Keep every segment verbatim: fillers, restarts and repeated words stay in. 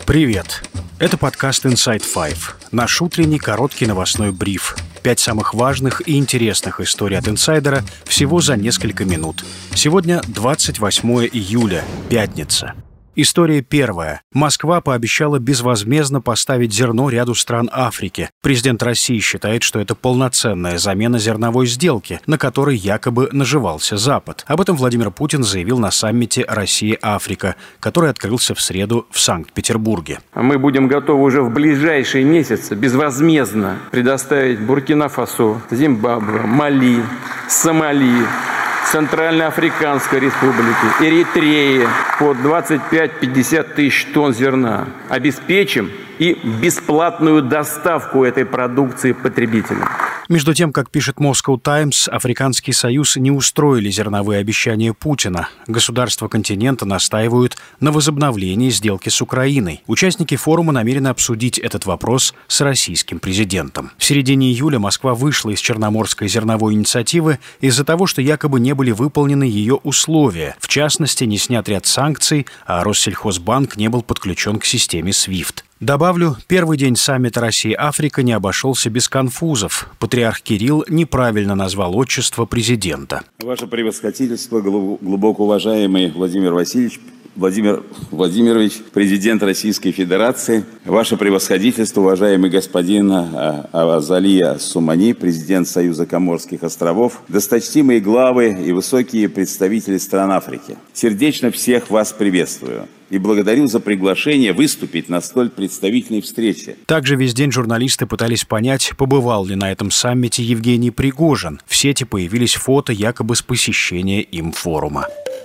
Привет! Это подкаст Inside Five, наш утренний короткий новостной бриф. Пять самых важных и интересных историй от инсайдера всего за несколько минут. Сегодня двадцать восьмое июля, пятница. История первая. Москва пообещала безвозмездно поставить зерно ряду стран Африки. Президент России считает, что это полноценная замена зерновой сделки, на которой якобы наживался Запад. Об этом Владимир Путин заявил на саммите «Россия-Африка», который открылся в среду в Санкт-Петербурге. Мы будем готовы уже в ближайшие месяцы безвозмездно предоставить Буркина-Фасо, Зимбабве, Мали, Сомали, Центральноафриканской Республики, Эритреи по двадцать пять - пятьдесят тысяч тонн зерна. Обеспечим и бесплатную доставку этой продукции потребителям. Между тем, как пишет Moscow Times, Африканский союз не устроили зерновые обещания Путина. Государства континента настаивают на возобновлении сделки с Украиной. Участники форума намерены обсудить этот вопрос с российским президентом. В середине июля Москва вышла из Черноморской зерновой инициативы из-за того, что якобы не были выполнены ее условия. В частности, не снят ряд санкций, а Россельхозбанк не был подключен к системе свифт. Добавлю, первый день саммита «Россия-Африка» не обошелся без конфузов. Патриарх Кирилл неправильно назвал отчество президента. Ваше превосходительство, глубоко уважаемый Владимир Васильевич, Владимир Владимирович, президент Российской Федерации, ваше превосходительство, уважаемый господин Азали Ассумани, президент Союза Коморских островов, досточтимые главы и высокие представители стран Африки. Сердечно всех вас приветствую и благодарю за приглашение выступить на столь представительной встрече. Также весь день журналисты пытались понять, побывал ли на этом саммите Евгений Пригожин. В сети появились фото якобы с посещения им форума.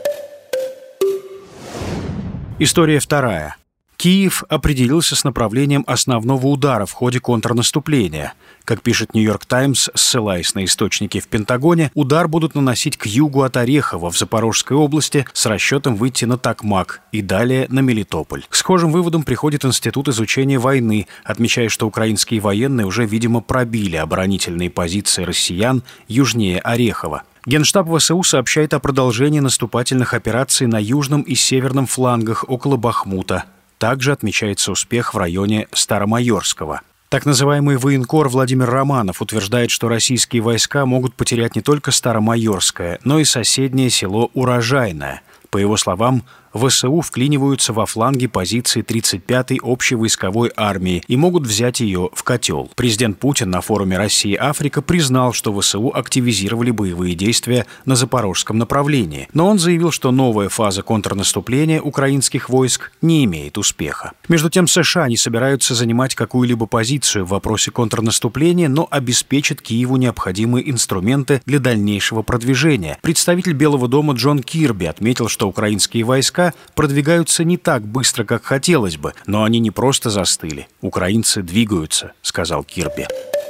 История вторая. Киев определился с направлением основного удара в ходе контрнаступления. Как пишет Нью-Йорк Таймс, ссылаясь на источники в Пентагоне, удар будут наносить к югу от Орехова в Запорожской области с расчетом выйти на Токмак и далее на Мелитополь. К схожим выводам приходит Институт изучения войны, отмечая, что украинские военные уже, видимо, пробили оборонительные позиции россиян южнее Орехова. Генштаб ВСУ сообщает о продолжении наступательных операций на южном и северном флангах около Бахмута. Также отмечается успех в районе Старомайорского. Так называемый военкор Владимир Романов утверждает, что российские войска могут потерять не только Старомайорское, но и соседнее село Урожайное. По его словам, ВСУ вклиниваются во фланги позиций тридцать пятой общевойсковой армии и могут взять ее в котел. Президент Путин на форуме «Россия-Африка» признал, что ВСУ активизировали боевые действия на запорожском направлении. Но он заявил, что новая фаза контрнаступления украинских войск не имеет успеха. Между тем, США не собираются занимать какую-либо позицию в вопросе контрнаступления, но обеспечат Киеву необходимые инструменты для дальнейшего продвижения. Представитель Белого дома Джон Кирби отметил, что украинские войска продвигаются не так быстро, как хотелось бы, но они не просто застыли. Украинцы двигаются, сказал Кирби.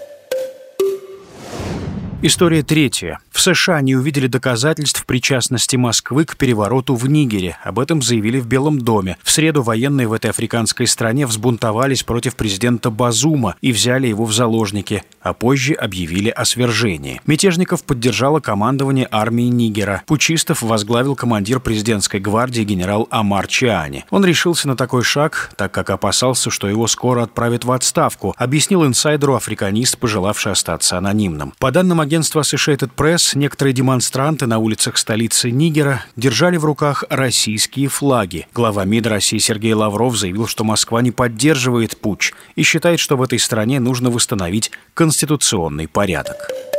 История третья. В США не увидели доказательств причастности Москвы к перевороту в Нигере. Об этом заявили в Белом доме. В среду военные в этой африканской стране взбунтовались против президента Базума и взяли его в заложники, а позже объявили о свержении. Мятежников поддержало командование армии Нигера. Путчистов возглавил командир президентской гвардии генерал Амар Чиани. Он решился на такой шаг, так как опасался, что его скоро отправят в отставку, объяснил инсайдеру африканист, пожелавший остаться анонимным. По данным агентства Агентство Associated Press, некоторые демонстранты на улицах столицы Нигера держали в руках российские флаги. Глава МИД России Сергей Лавров заявил, что Москва не поддерживает путч и считает, что в этой стране нужно восстановить конституционный порядок.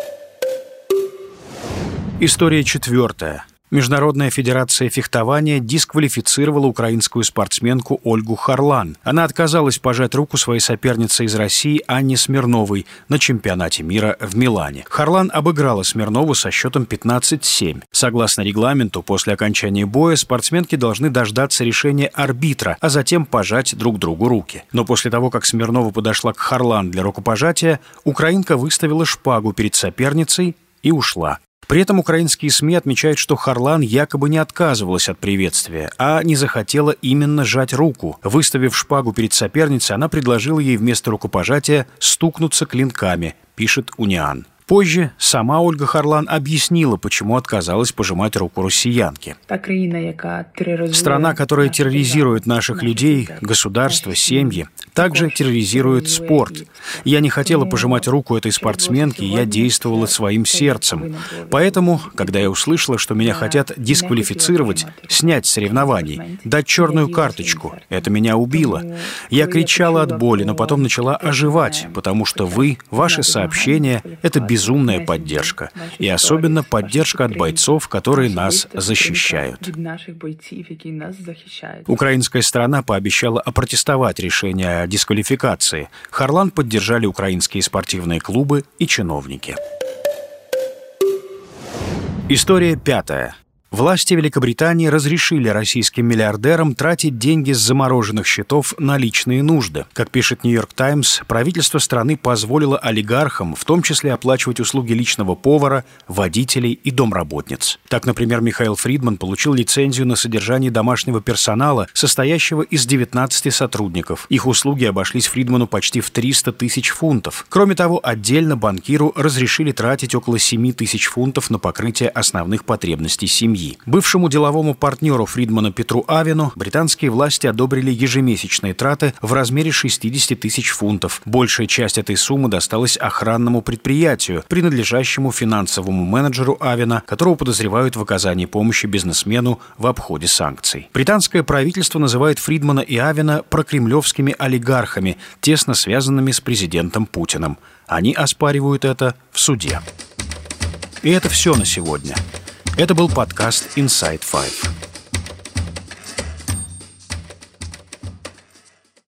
История четвертая. Международная федерация фехтования дисквалифицировала украинскую спортсменку Ольгу Харлан. Она отказалась пожать руку своей сопернице из России Анне Смирновой на чемпионате мира в Милане. Харлан обыграла Смирнову со счетом пятнадцать семь. Согласно регламенту, после окончания боя спортсменки должны дождаться решения арбитра, а затем пожать друг другу руки. Но после того, как Смирнова подошла к Харлан для рукопожатия, украинка выставила шпагу перед соперницей и ушла. При этом украинские СМИ отмечают, что Харлан якобы не отказывалась от приветствия, а не захотела именно сжать руку. Выставив шпагу перед соперницей, она предложила ей вместо рукопожатия стукнуться клинками, пишет Униан. Позже сама Ольга Харлан объяснила, почему отказалась пожимать руку россиянке. Страна, которая терроризирует наших людей, государство, семьи, также терроризирует спорт. Я не хотела пожимать руку этой спортсменке, я действовала своим сердцем. Поэтому, когда я услышала, что меня хотят дисквалифицировать, снять с соревнований, дать черную карточку, это меня убило. Я кричала от боли, но потом начала оживать, потому что вы, ваши сообщения — это безумная поддержка. И особенно поддержка от бойцов, которые нас защищают. Украинская сторона пообещала опротестовать решение о дисквалификации. Харлан поддержали украинские спортивные клубы и чиновники. История пятая. Власти Великобритании разрешили российским миллиардерам тратить деньги с замороженных счетов на личные нужды. Как пишет «Нью-Йорк Таймс», правительство страны позволило олигархам в том числе оплачивать услуги личного повара, водителей и домработниц. Так, например, Михаил Фридман получил лицензию на содержание домашнего персонала, состоящего из девятнадцати сотрудников. Их услуги обошлись Фридману почти в триста тысяч фунтов. Кроме того, отдельно банкиру разрешили тратить около семи тысяч фунтов на покрытие основных потребностей семьи. Бывшему деловому партнеру Фридмана Петру Авену британские власти одобрили ежемесячные траты в размере шестидесяти тысяч фунтов. Большая часть этой суммы досталась охранному предприятию, принадлежащему финансовому менеджеру Авена, которого подозревают в оказании помощи бизнесмену в обходе санкций. Британское правительство называет Фридмана и Авена прокремлевскими олигархами, тесно связанными с президентом Путиным. Они оспаривают это в суде. И это все на сегодня. Это был подкаст «Инсайд файв».